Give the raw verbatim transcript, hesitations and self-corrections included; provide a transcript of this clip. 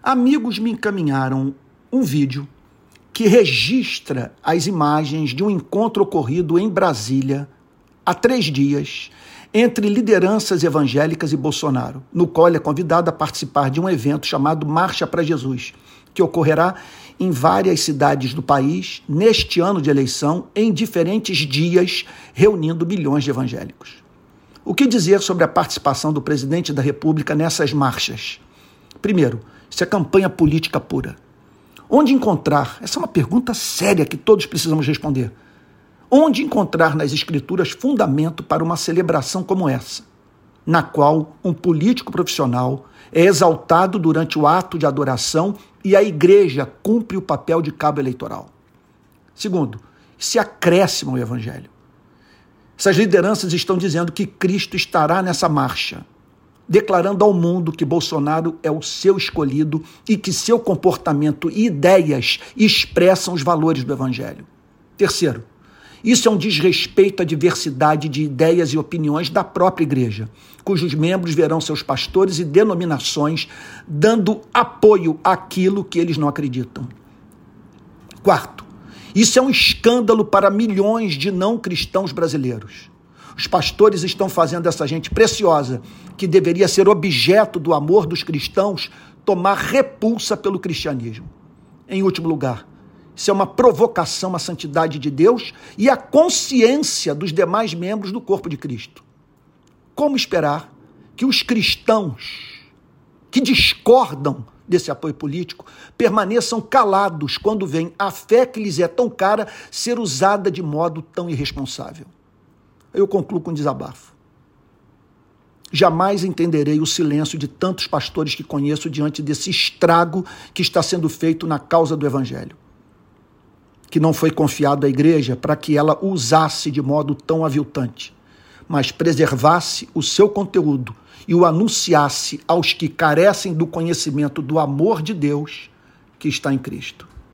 Amigos me encaminharam um vídeo que registra as imagens de um encontro ocorrido em Brasília há três dias entre lideranças evangélicas e Bolsonaro, no qual ele é convidado a participar de um evento chamado Marcha para Jesus, que ocorrerá em várias cidades do país, neste ano de eleição, em diferentes dias, reunindo milhões de evangélicos. O que dizer sobre a participação do presidente da República nessas marchas? Primeiro, isso é campanha política pura. Onde encontrar? Essa é uma pergunta séria que todos precisamos responder. Onde encontrar nas escrituras fundamento para uma celebração como essa, na qual um político profissional é exaltado durante o ato de adoração e a igreja cumpre o papel de cabo eleitoral? Segundo, se acréscimo ao evangelho. Essas lideranças estão dizendo que Cristo estará nessa marcha, declarando ao mundo que Bolsonaro é o seu escolhido e que seu comportamento e ideias expressam os valores do evangelho. Terceiro, isso é um desrespeito à diversidade de ideias e opiniões da própria igreja, cujos membros verão seus pastores e denominações dando apoio àquilo que eles não acreditam. Quarto, isso é um escândalo para milhões de não cristãos brasileiros. Os pastores estão fazendo essa gente preciosa, que deveria ser objeto do amor dos cristãos, tomar repulsa pelo cristianismo. Em último lugar, isso é uma provocação à santidade de Deus e à consciência dos demais membros do corpo de Cristo. Como esperar que os cristãos que discordam desse apoio político permaneçam calados quando veem a fé que lhes é tão cara ser usada de modo tão irresponsável? Eu concluo com um desabafo. Jamais entenderei o silêncio de tantos pastores que conheço diante desse estrago que está sendo feito na causa do evangelho, que não foi confiado à igreja para que ela o usasse de modo tão aviltante, mas preservasse o seu conteúdo e o anunciasse aos que carecem do conhecimento do amor de Deus que está em Cristo.